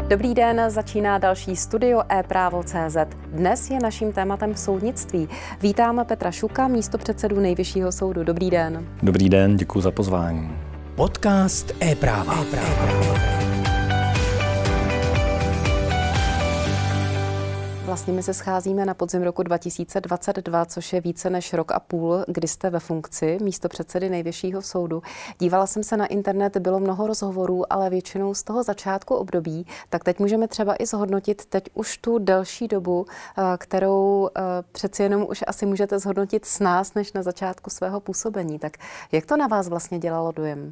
Dobrý den, začíná další studio ePrávo.cz. Dnes je naším tématem soudnictví. Vítáme Petra Šuka, místopředsedu Nejvyššího soudu. Dobrý den. Dobrý den, děkuji za pozvání. Podcast ePráva. Vlastně my se scházíme na podzim roku 2022, což je více než rok a půl, kdy jste ve funkci místopředsedy Nejvyššího soudu. Dívala jsem se na internet, bylo mnoho rozhovorů, ale většinou z toho začátku období, tak teď můžeme třeba i zhodnotit teď už tu delší dobu, kterou přeci jenom už asi můžete zhodnotit s nás, než na začátku svého působení. Tak jak to na vás vlastně dělalo dojem?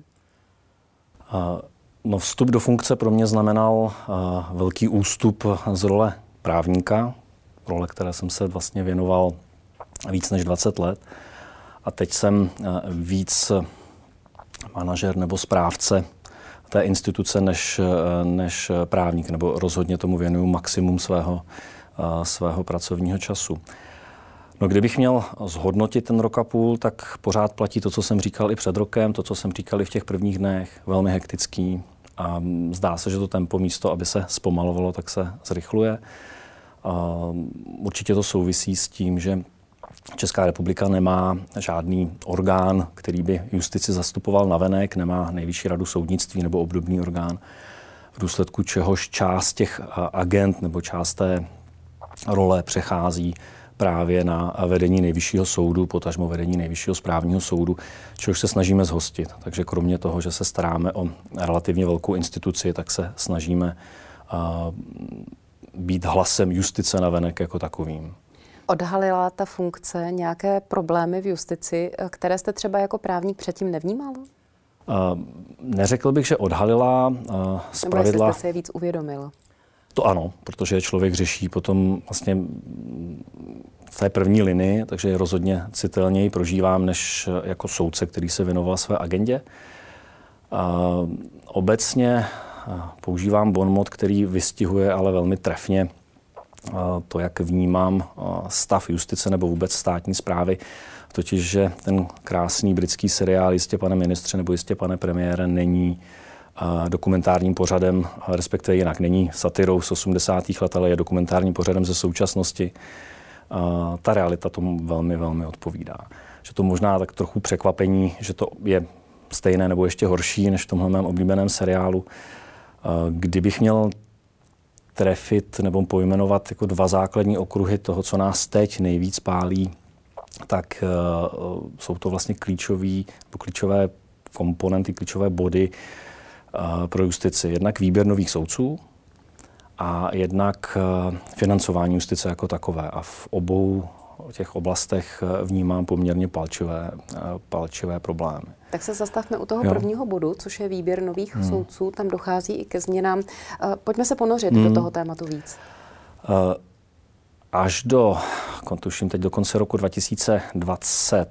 Vstup do funkce pro mě znamenal velký ústup z role právníka, role, které jsem se vlastně věnoval víc než 20 let. A teď jsem víc manažer nebo správce té instituce než právník, nebo rozhodně tomu věnuju maximum svého pracovního času. No, kdybych měl zhodnotit ten rok a půl, tak pořád platí to, co jsem říkal i před rokem, to, co jsem říkal i v těch prvních dnech, velmi hektický. A zdá se, že to tempo místo, aby se zpomalovalo, tak se zrychluje. Určitě to souvisí s tím, že Česká republika nemá žádný orgán, který by justici zastupoval navenek, nemá Nejvyšší radu soudnictví nebo obdobný orgán, v důsledku čehož část těch agent nebo část té role přechází právě na vedení Nejvyššího soudu, potažmo vedení Nejvyššího správního soudu, čehož se snažíme zhostit. Takže kromě toho, že se staráme o relativně velkou instituci, tak se snažíme být hlasem justice navenek jako takovým. Odhalila ta funkce nějaké problémy v justici, které jste třeba jako právník předtím nevnímal? Neřekl bych, že odhalila zpravidla. Nebo jestli jste si je víc uvědomil? To ano, protože člověk řeší potom vlastně v té první linii, takže je rozhodně citelněji prožívám než jako soudce, který se věnoval své agendě. Obecně používám bonmot, který vystihuje ale velmi trefně to, jak vnímám stav justice nebo vůbec státní správy. Totiž, že ten krásný britský seriál Jistě, pane ministře nebo Jistě, pane premiére není dokumentárním pořadem, respektive jinak není satirou z 80. let, ale je dokumentárním pořadem ze současnosti. Ta realita tomu velmi, velmi odpovídá. Že to možná tak trochu překvapení, že to je stejné nebo ještě horší než v tomhle mém oblíbeném seriálu. Kdybych měl trefit nebo pojmenovat jako dva základní okruhy toho, co nás teď nejvíc pálí, tak jsou to vlastně klíčové komponenty, klíčové body pro justici. Jednak výběr nových soudců a jednak financování justice jako takové. A v obou těch oblastech vnímám poměrně palčivé problémy. Tak se zastavme u toho prvního bodu, což je výběr nových soudců. Tam dochází i ke změnám. Pojďme se ponořit do toho tématu víc. Až tuším teď do konce roku 2020,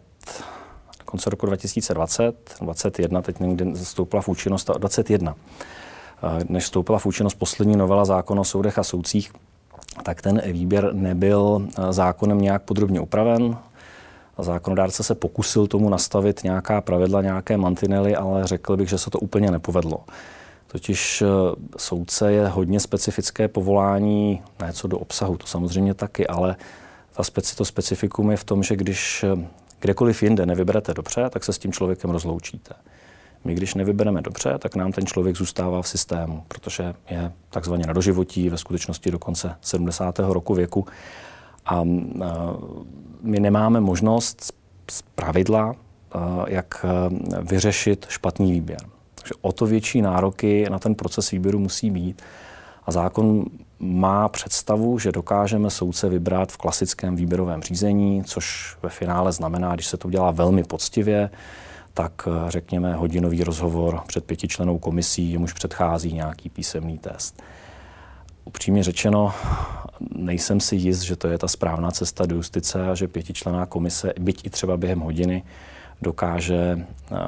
21, teď někdy vstoupila v účinnost 21. Než vstoupila v účinnost poslední novela zákona o soudech a soudcích, tak ten výběr nebyl zákonem nějak podrobně upraven. Zákonodárce se pokusil tomu nastavit nějaká pravidla, nějaké mantinely, ale řekl bych, že se to úplně nepovedlo. Totiž soudce je hodně specifické povolání, ne co do obsahu, to samozřejmě taky, ale to specifikum je v tom, že když kdekoliv jinde nevyberete dobře, tak se s tím člověkem rozloučíte. My, když nevybereme dobře, tak nám ten člověk zůstává v systému, protože je takzvaně na doživotí, ve skutečnosti do konce 70. roku věku. A my nemáme možnost z pravidla, jak vyřešit špatný výběr. Takže o to větší nároky na ten proces výběru musí být. A zákon má představu, že dokážeme soudce vybrat v klasickém výběrovém řízení, což ve finále znamená, když se to dělá velmi poctivě, tak řekněme hodinový rozhovor před 5člennou komisí, jemuž předchází nějaký písemný test. Upřímně řečeno, nejsem si jist, že to je ta správná cesta do justice a že 5členná komise, byť i třeba během hodiny, dokáže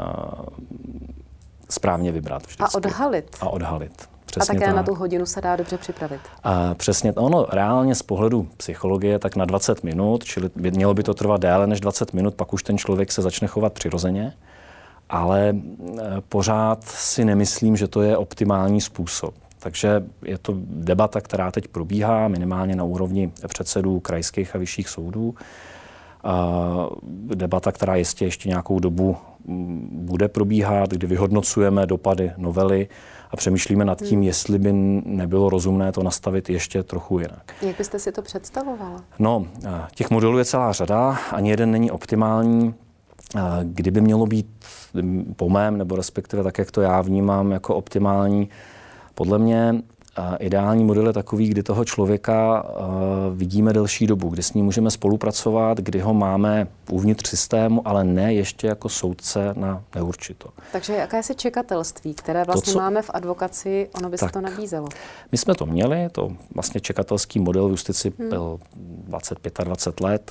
správně vybrat vždycky. A odhalit. Přesně a také tak. Na tu hodinu se dá dobře připravit. Přesně, reálně z pohledu psychologie tak na 20 minut, čili mělo by to trvat déle než 20 minut, pak už ten člověk se začne chovat přirozeně, ale pořád si nemyslím, že to je optimální způsob. Takže je to debata, která teď probíhá minimálně na úrovni předsedů krajských a vyšších soudů. Debata, která jistě ještě nějakou dobu bude probíhat, kdy vyhodnocujeme dopady novely a přemýšlíme nad tím, jestli by nebylo rozumné to nastavit ještě trochu jinak. Jak byste si to představovala? No, těch modelů je celá řada, ani jeden není optimální. Kdyby mělo být po mém, nebo respektive tak, jak to já vnímám jako optimální, podle mě ideální model je takový, kdy toho člověka vidíme delší dobu, kdy s ním můžeme spolupracovat, kdy ho máme uvnitř systému, ale ne ještě jako soudce na neurčito. Takže jaké je čekatelství, které vlastně máme v advokaci, ono by se to nabízelo? My jsme to měli, to vlastně čekatelský model v justici byl 25 let,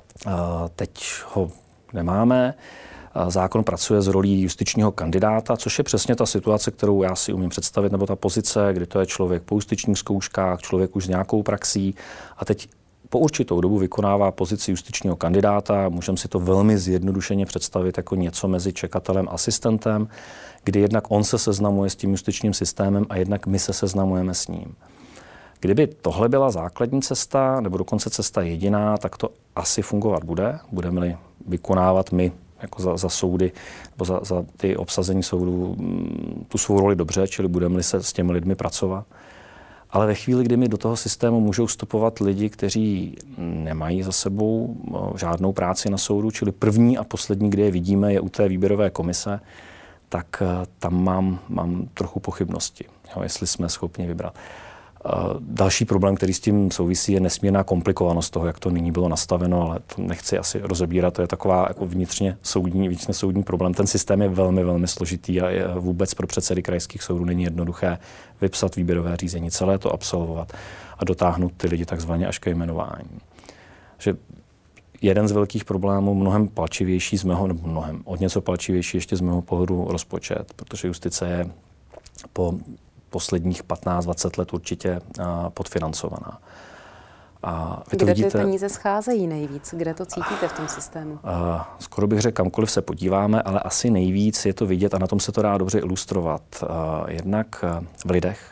teď ho nemáme. Zákon pracuje s rolí justičního kandidáta, což je přesně ta situace, kterou já si umím představit, nebo ta pozice, kdy to je člověk po justičních zkouškách, člověk už s nějakou praxí a teď po určitou dobu vykonává pozici justičního kandidáta. Můžeme si to velmi zjednodušeně představit jako něco mezi čekatelem a asistentem, kdy jednak on se seznamuje s tím justičním systémem a jednak my se seznamujeme s ním. Kdyby tohle byla základní cesta, nebo dokonce cesta jediná, tak to asi fungovat bude. Budeme-li vykonávat my jako za soudy, nebo za ty obsazení soudů tu svou roli dobře, čili budeme-li se s těmi lidmi pracovat. Ale ve chvíli, kdy mi do toho systému můžou vstupovat lidi, kteří nemají za sebou žádnou práci na soudu, čili první a poslední, kde je vidíme, je u té výběrové komise, tak tam mám trochu pochybnosti, jestli jsme schopni vybrat. Další problém, který s tím souvisí, je nesmírná komplikovanost toho, jak to nyní bylo nastaveno, ale to nechci asi rozebírat, to je taková jako vnitřně soudní problém. Ten systém je velmi, velmi složitý a je vůbec pro předsedy krajských soudů není jednoduché vypsat výběrové řízení, celé to absolvovat a dotáhnout ty lidi takzvaně až ke jmenování. Že jeden z velkých problémů, mnohem palčivější z mého, nebo o něco palčivější ještě z mého pohledu rozpočet, protože justice je po posledních 15-20 let určitě podfinancovaná. Kde ty peníze scházejí nejvíc? Kde to cítíte v tom systému? Skoro bych řekl, kamkoliv se podíváme, ale asi nejvíc je to vidět a na tom se to dá dobře ilustrovat. Jednak v lidech.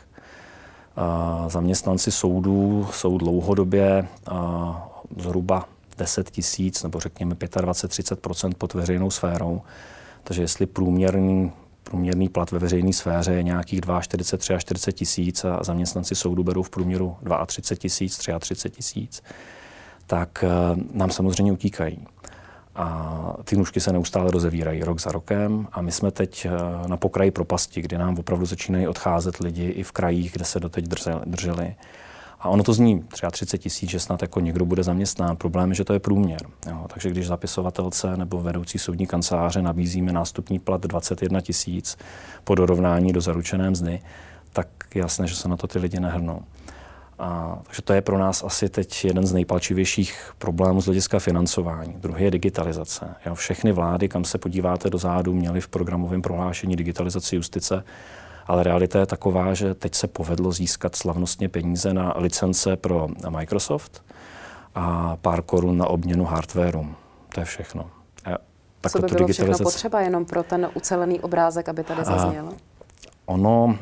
Zaměstnanci soudů jsou dlouhodobě zhruba 10 000 nebo řekněme 25-30% pod veřejnou sférou. Takže jestli průměrný plat ve veřejné sféře je nějakých 42-43 tisíc a zaměstnanci soudu berou v průměru 32 tisíc, 33 tisíc, tak nám samozřejmě utíkají. A ty nůžky se neustále rozevírají rok za rokem a my jsme teď na pokraji propasti, kdy nám opravdu začínají odcházet lidi i v krajích, kde se doteď drželi. A ono to zní 33 tisíc, že snad jako někdo bude zaměstnán. Problém je, že to je průměr. Jo. Takže když zapisovatelce nebo vedoucí soudní kanceláře nabízíme nástupní plat 21 tisíc po dorovnání do zaručené mzdy, tak je jasné, že se na to ty lidi nehrnou. Takže to je pro nás asi teď jeden z nejpalčivějších problémů z hlediska financování. Druhý je digitalizace. Jo. Všechny vlády, kam se podíváte dozadu, měly v programovém prohlášení digitalizaci justice. Ale realita je taková, že teď se povedlo získat slavnostně peníze na licence pro Microsoft a pár korun na obměnu hardwaru. To je všechno. Co by bylo všechno potřeba jenom pro ten ucelený obrázek, aby tady zaznělo? Ono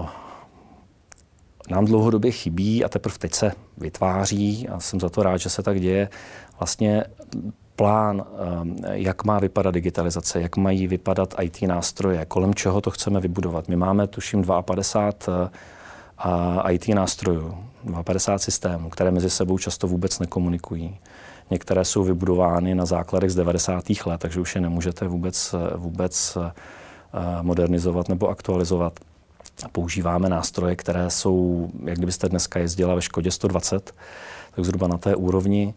nám dlouhodobě chybí a teprve teď se vytváří a jsem za to rád, že se tak děje, vlastně plán, jak má vypadat digitalizace, jak mají vypadat IT nástroje, kolem čeho to chceme vybudovat. My máme, tuším, 52 IT nástrojů, 52 systémů, které mezi sebou často vůbec nekomunikují. Některé jsou vybudovány na základech z 90. let, takže už je nemůžete vůbec modernizovat nebo aktualizovat. Používáme nástroje, které jsou, jak kdybyste dneska jezdila ve Škodě 120, tak zhruba na té úrovni.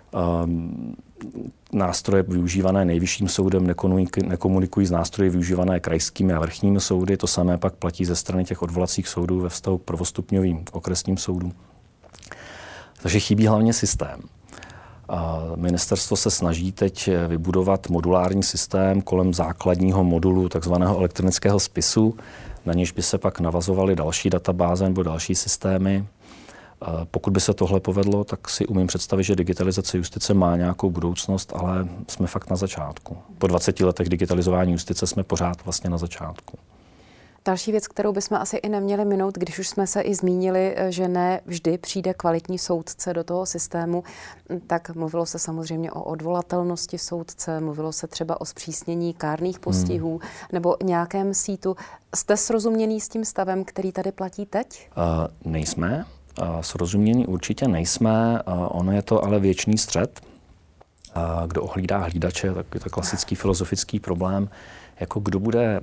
Nástroje využívané nejvyšším soudem nekomunikují s nástroji využívané krajskými a vrchními soudy. To samé pak platí ze strany těch odvolacích soudů ve vztahu k prvostupňovým okresním soudům. Takže chybí hlavně systém. Ministerstvo se snaží teď vybudovat modulární systém kolem základního modulu takzvaného elektronického spisu, na něž by se pak navazovaly další databáze nebo další systémy. Pokud by se tohle povedlo, tak si umím představit, že digitalizace justice má nějakou budoucnost, ale jsme fakt na začátku. Po 20 letech digitalizování justice jsme pořád vlastně na začátku. Další věc, kterou bychom asi i neměli minout, když už jsme se i zmínili, že ne vždy přijde kvalitní soudce do toho systému, tak mluvilo se samozřejmě o odvolatelnosti soudce, mluvilo se třeba o zpřísnění kárných postihů nebo nějakém sítu. Jste srozuměný s tím stavem, který tady platí teď? Nejsme. Srozumění určitě nejsme. Ono je to ale věčný střet. Kdo ohlídá hlídače, tak je to klasický filozofický problém. Jako kdo bude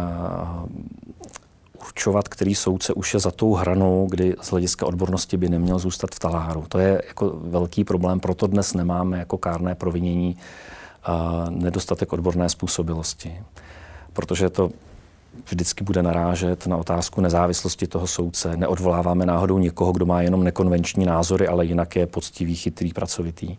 určovat, který soudce už je za tou hranou, kdy z hlediska odbornosti by neměl zůstat v taláru. To je jako velký problém, proto dnes nemáme jako kárné provinění nedostatek odborné způsobilosti. Protože to vždycky bude narážet na otázku nezávislosti toho soudce. Neodvoláváme náhodou někoho, kdo má jenom nekonvenční názory, ale jinak je poctivý, chytrý, pracovitý.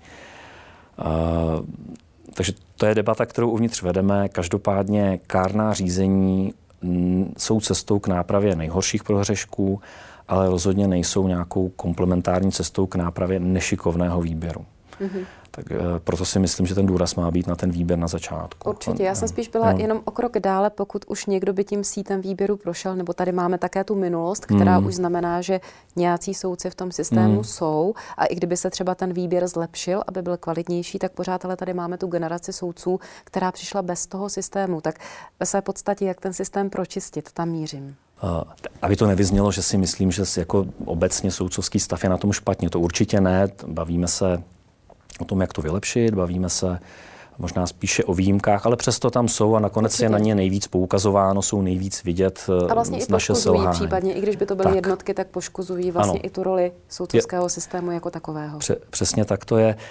Takže to je debata, kterou uvnitř vedeme. Každopádně kárná řízení jsou cestou k nápravě nejhorších prohřešků, ale rozhodně nejsou nějakou komplementární cestou k nápravě nešikovného výběru. Mm-hmm. Tak proto si myslím, že ten důraz má být na ten výběr na začátku. Určitě, já jsem spíš byla jenom o krok dále, pokud už někdo by tím sítem výběru prošel, nebo tady máme také tu minulost, která už znamená, že nějací soudci v tom systému jsou a i kdyby se třeba ten výběr zlepšil, aby byl kvalitnější, tak pořád ale tady máme tu generaci soudců, která přišla bez toho systému. Tak ve své podstatě, jak ten systém pročistit, tam mířím. Aby to nevyznělo, že si myslím, že jako obecně soudcovský stav je na tom špatně. To určitě ne. Bavíme se o tom, jak to vylepšit, bavíme se možná spíše o výjimkách, ale přesto tam jsou a nakonec je na ně nejvíc poukazováno, jsou nejvíc vidět a vlastně z naše selhání. Případně, i když by to byly jednotky, tak poškozují vlastně i tu roli soudcovského systému jako takového. Přesně tak to je.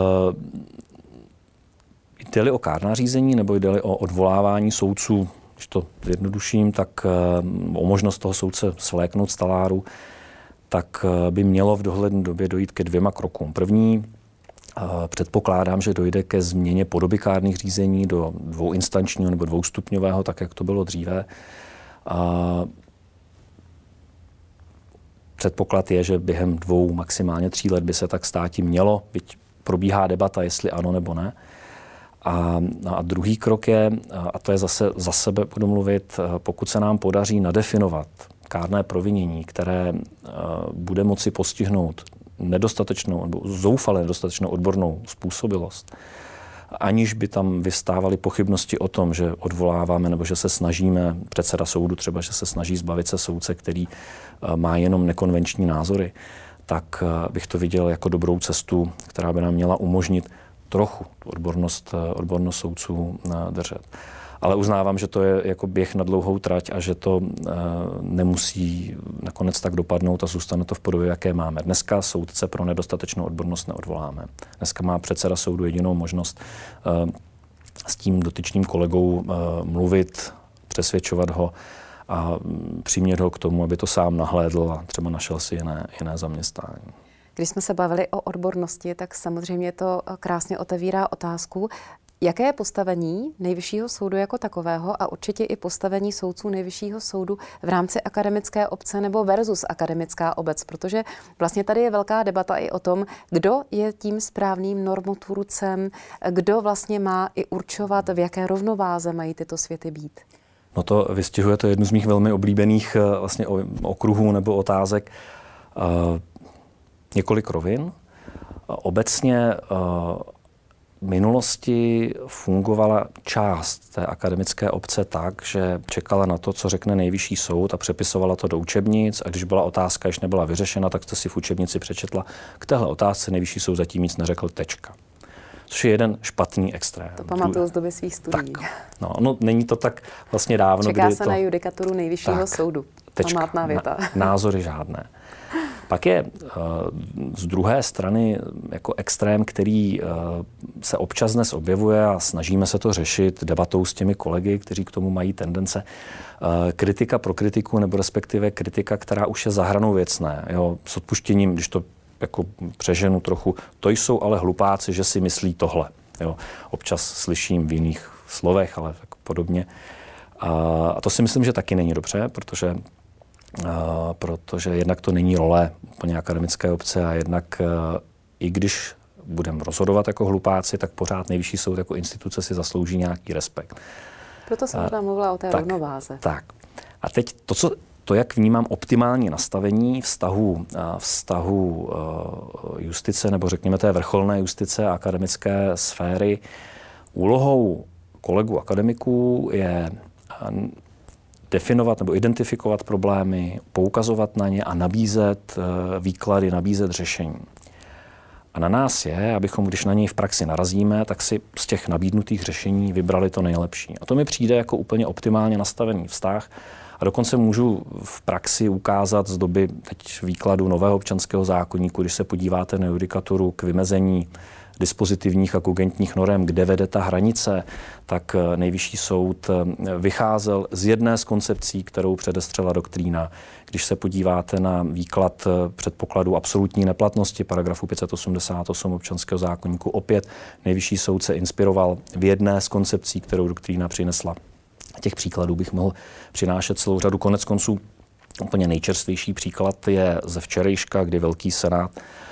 Jde-li o kárná řízení nebo jde-li o odvolávání soudců, když to zjednoduším, tak o možnost toho soudce svléknout z taláru, tak by mělo v dohledné době dojít ke 2 krokům. První, předpokládám, že dojde ke změně podoby kárných řízení do dvouinstančního nebo dvoustupňového, tak jak to bylo dříve. Předpoklad je, že během 2, maximálně 3 let by se tak státi mělo, byť probíhá debata, jestli ano nebo ne. A druhý krok je, a to je zase za sebe budu mluvit, pokud se nám podaří nadefinovat kárné provinění, které bude moci postihnout nedostatečnou nebo zoufale nedostatečnou odbornou způsobilost, aniž by tam vystávaly pochybnosti o tom, že odvoláváme nebo že se snažíme, předseda soudu třeba, že se snaží zbavit se soudce, který má jenom nekonvenční názory, tak bych to viděl jako dobrou cestu, která by nám měla umožnit trochu odbornost soudců držet. Ale uznávám, že to je jako běh na dlouhou trať a že to nemusí nakonec tak dopadnout a zůstane to v podobě, jaké máme. Dneska soudce pro nedostatečnou odbornost neodvoláme. Dneska má předseda soudu jedinou možnost s tím dotyčným kolegou mluvit, přesvědčovat ho a přimět ho k tomu, aby to sám nahlédl a třeba našel si jiné zaměstnání. Když jsme se bavili o odbornosti, tak samozřejmě to krásně otevírá otázku, jaké je postavení Nejvyššího soudu jako takového a určitě i postavení soudců Nejvyššího soudu v rámci akademické obce nebo versus akademická obec, protože vlastně tady je velká debata i o tom, kdo je tím správným normotvůrcem, kdo vlastně má i určovat, v jaké rovnováze mají tyto světy být. No to vystihuje to jednu z mých velmi oblíbených vlastně okruhů nebo otázek. Několik rovin. Obecně v minulosti fungovala část té akademické obce tak, že čekala na to, co řekne Nejvyšší soud a přepisovala to do učebnic a když byla otázka, ještě nebyla vyřešena, tak jste si v učebnici přečetla. K téhle otázce Nejvyšší soud zatím nic neřekl, tečka. Což je jeden špatný extrém. To pamatuju z doby svých studií. Tak, no, není to tak vlastně dávno, čeká se na judikaturu Nejvyššího soudu. Tečka. Památná věta. Názory žádné. Pak je z druhé strany jako extrém, který se občas dnes objevuje a snažíme se to řešit debatou s těmi kolegy, kteří k tomu mají tendence. Kritika pro kritiku nebo respektive kritika, která už je za hranou věcné. Jo, s odpuštěním, když to jako přeženu trochu, to jsou ale hlupáci, že si myslí tohle. Jo, občas slyším v jiných slovech, ale tak podobně. A to si myslím, že taky není dobře, protože jednak to není role úplně akademické obce a jednak i když budeme rozhodovat jako hlupáci, tak pořád Nejvyšší soud jako instituce si zaslouží nějaký respekt. Proto jsem možná mluvila o té rovnováze. Tak. A teď to, jak vnímám optimální nastavení vztahu justice, nebo řekněme té vrcholné justice a akademické sféry, úlohou kolegů akademiků je definovat nebo identifikovat problémy, poukazovat na ně a nabízet výklady, nabízet řešení. A na nás je, abychom, když na něj v praxi narazíme, tak si z těch nabídnutých řešení vybrali to nejlepší. A to mi přijde jako úplně optimálně nastavený vztah. A dokonce můžu v praxi ukázat z doby teď výkladu nového občanského zákoníku, když se podíváte na judikaturu k vymezení dispozitivních a kogentních norem, kde vede ta hranice, tak Nejvyšší soud vycházel z jedné z koncepcí, kterou předestřela doktrína. Když se podíváte na výklad předpokladu absolutní neplatnosti paragrafu 588 občanského zákoníku, opět Nejvyšší soud se inspiroval v jedné z koncepcí, kterou doktrína přinesla. Těch příkladů bych mohl přinášet celou řadu. Konec konců úplně nejčerstvější příklad je ze včerejška, kdy Velký senát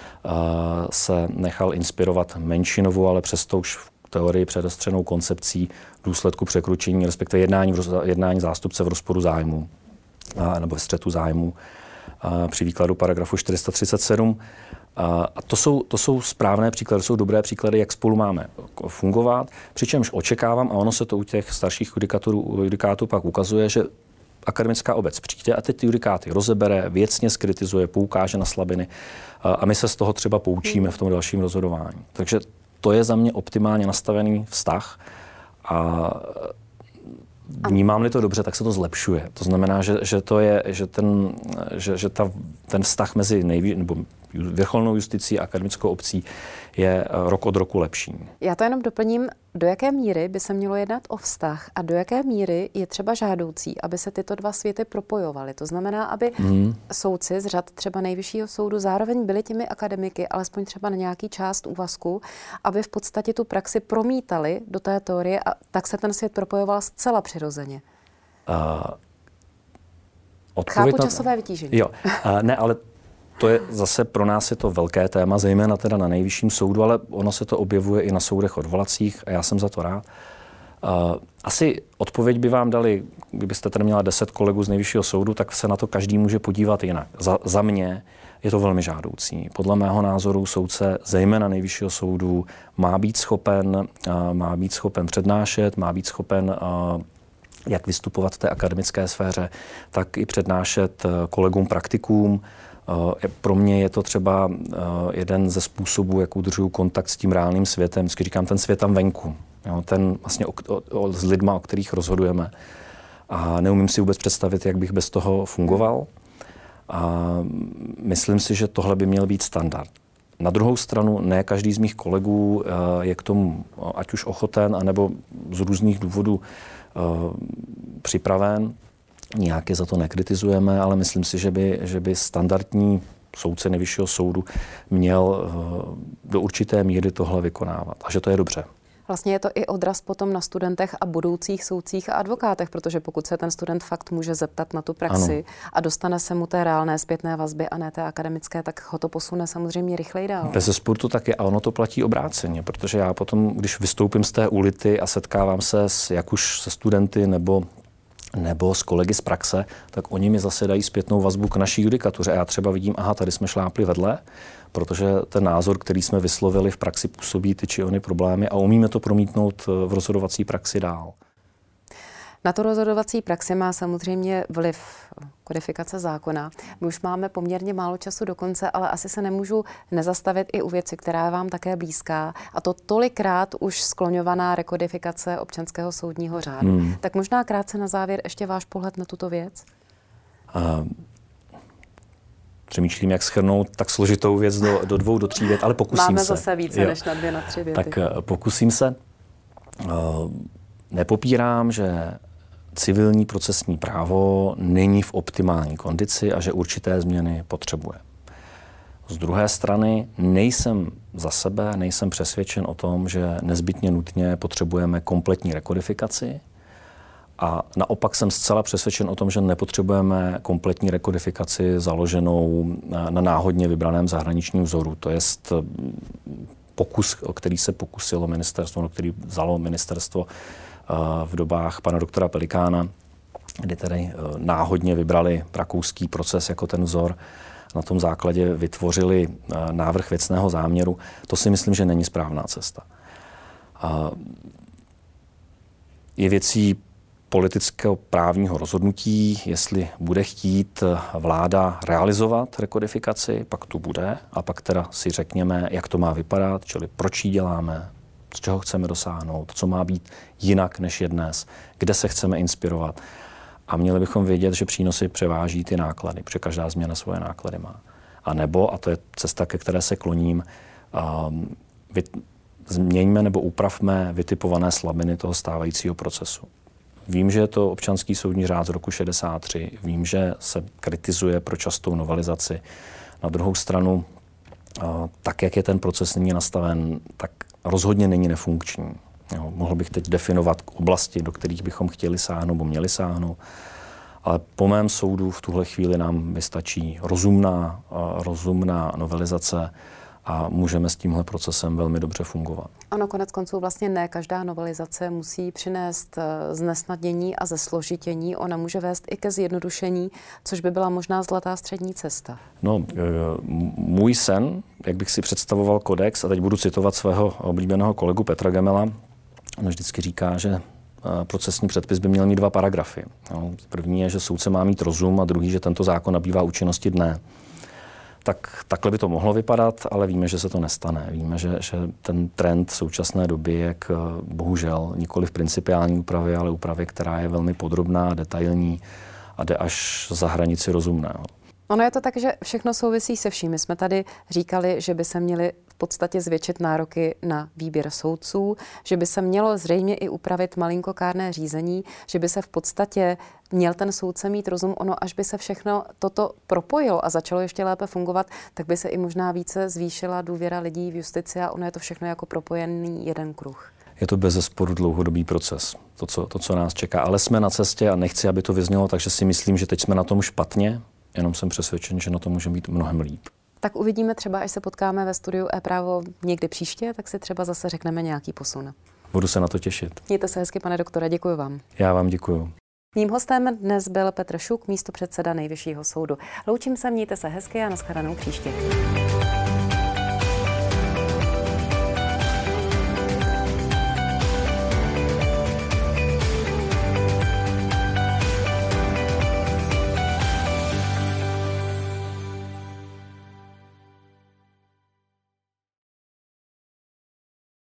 se nechal inspirovat menšinovou, ale přesto už v teorii předestřenou koncepcí důsledku překročení, respektive jednání zástupce v rozporu zájmu nebo ve střetu zájmu při výkladu paragrafu 437. A to jsou správné příklady, jsou dobré příklady, jak spolu máme fungovat, přičemž očekávám, a ono se to u těch starších judikátů pak ukazuje, že akademická obec přijde a teď ty judikáty rozebere, věcně skritizuje, poukáže na slabiny a my se z toho třeba poučíme v tom dalším rozhodování. Takže to je za mě optimálně nastavený vztah a vnímám-li to dobře, tak se to zlepšuje. To znamená, že ten vztah mezi vrcholnou justicí a akademickou obcí je rok od roku lepší. Já to jenom doplním, do jaké míry by se mělo jednat o vztah a do jaké míry je třeba žádoucí, aby se tyto dva světy propojovaly. To znamená, aby soudci z řad třeba Nejvyššího soudu zároveň byli těmi akademiky, alespoň třeba na nějaký část úvazku, aby v podstatě tu praxi promítali do té teorie a tak se ten svět propojoval zcela přirozeně. Chápu časové vytížení. Jo, ne, ale to je zase pro nás je to velké téma, zejména teda na Nejvyšším soudu, ale ono se to objevuje i na soudech odvolacích a já jsem za to rád. Asi odpověď by vám dali, kdybyste tady měla 10 kolegů z Nejvyššího soudu, tak se na to každý může podívat jinak. Za mě je to velmi žádoucí. Podle mého názoru soudce, zejména Nejvyššího soudu, má být schopen přednášet, má být schopen jak vystupovat v té akademické sféře, tak i přednášet kolegům praktikům. Pro mě je to třeba jeden ze způsobů, jak udržuju kontakt s tím reálným světem. Vždycky říkám, ten svět tam venku. Jo, ten vlastně s lidma, o kterých rozhodujeme. A neumím si vůbec představit, jak bych bez toho fungoval. A myslím si, že tohle by měl být standard. Na druhou stranu, ne každý z mých kolegů je k tomu ať už ochoten, anebo z různých důvodů připraven. Nijak je za to nekritizujeme, ale myslím si, že by standardní soudce Nejvyššího soudu měl do určité míry tohle vykonávat. A že to je dobře. Vlastně je to i odraz potom na studentech a budoucích soudcích a advokátech, protože pokud se ten student fakt může zeptat na tu praxi a dostane se mu té reálné zpětné vazby a ne té akademické, tak ho to posune samozřejmě rychleji dál. Bezesporu to taky a ono to platí obráceně, protože já potom, když vystoupím z té ulity a setkávám se jak už se studenty nebo s kolegy z praxe, tak oni mi zase dají zpětnou vazbu k naší judikatuře. A já třeba vidím, tady jsme šlápli vedle, protože ten názor, který jsme vyslovili v praxi, působí ty či ony problémy a umíme to promítnout v rozhodovací praxi dál. Na to rozhodovací praxi má samozřejmě vliv kodifikace zákona. My už máme poměrně málo času do konce, ale asi se nemůžu nezastavit i u věci, která je vám také blízká, a to tolikrát už skloňovaná rekodifikace občanského soudního řádu. Tak možná krátce na závěr ještě váš pohled na tuto věc? Přemýšlím, jak shrnout tak složitou věc do 2, do 3 vět, ale pokusím se. Máme zase více než na 2, na 3 věty. Tak pokusím se. Nepopírám, že civilní procesní právo není v optimální kondici a že určité změny potřebuje. Z druhé strany nejsem přesvědčen o tom, že nezbytně nutně potřebujeme kompletní rekodifikaci a naopak jsem zcela přesvědčen o tom, že nepotřebujeme kompletní rekodifikaci založenou na náhodně vybraném zahraničním vzoru. To jest pokus, o který se pokusilo ministerstvo, který vzalo ministerstvo v dobách pana doktora Pelikána, kdy tedy náhodně vybrali rakouský proces jako ten vzor, na tom základě vytvořili návrh věcného záměru. To si myslím, že není správná cesta. Je věcí politického právního rozhodnutí, jestli bude chtít vláda realizovat rekodifikaci, pak tu bude a pak teda si řekněme, jak to má vypadat, čili proč ji děláme, z čeho chceme dosáhnout, co má být jinak než je dnes, kde se chceme inspirovat. A měli bychom vědět, že přínosy převáží ty náklady, protože každá změna svoje náklady má. A nebo, a to je cesta, ke které se kloním, změňme nebo upravme vytipované slabiny toho stávajícího procesu. Vím, že je to občanský soudní řád z roku 63, vím, že se kritizuje pro častou novelizaci. Na druhou stranu, tak, jak je ten proces nyní nastaven, tak rozhodně není nefunkční. Jo, mohl bych teď definovat oblasti, do kterých bychom chtěli sáhnout nebo měli sáhnout, ale po mém soudu v tuhle chvíli nám vystačí rozumná novelizace a můžeme s tímhle procesem velmi dobře fungovat. Ano, konec konců vlastně ne každá novelizace musí přinést znesnadnění a zesložitění. Ona může vést i ke zjednodušení, což by byla možná zlatá střední cesta. No, můj sen, jak bych si představoval kodex, a teď budu citovat svého oblíbeného kolegu Petra Gemela, on vždycky říká, že procesní předpis by měl mít 2 paragrafy. No, první je, že soudce má mít rozum a druhý, že tento zákon nabývá účinnosti dne. Tak takhle by to mohlo vypadat, ale víme, že se to nestane. Víme, že ten trend v současné doby je bohužel nikoli v principiální úpravě, ale úpravě, která je velmi podrobná, detailní a jde až za hranici rozumného. Ono je to tak, že všechno souvisí se vším. My jsme tady říkali, že by se měly v podstatě zvětšit nároky na výběr soudců, že by se mělo zřejmě i upravit malinko kárné řízení, že by se v podstatě měl ten soudce mít rozum. Ono, až by se všechno toto propojilo a začalo ještě lépe fungovat, tak by se i možná více zvýšila důvěra lidí v justici a ono je to všechno jako propojený jeden kruh. Je to bezesporu dlouhodobý proces, to, co nás čeká. Ale jsme na cestě a nechci, aby to vyznělo, takže si myslím, že teď jsme na tom špatně, jenom jsem přesvědčen, že na to může být mnohem líp. Tak uvidíme třeba, až se potkáme ve studiu ePrávo někdy příště, tak si třeba zase řekneme nějaký posun. Budu se na to těšit. Mějte se hezky, pane doktore, děkuji vám. Já vám děkuji. Mým hostem dnes byl Petr Šuk, místopředseda Nejvyššího soudu. Loučím se, mějte se hezky a nashledanou příště.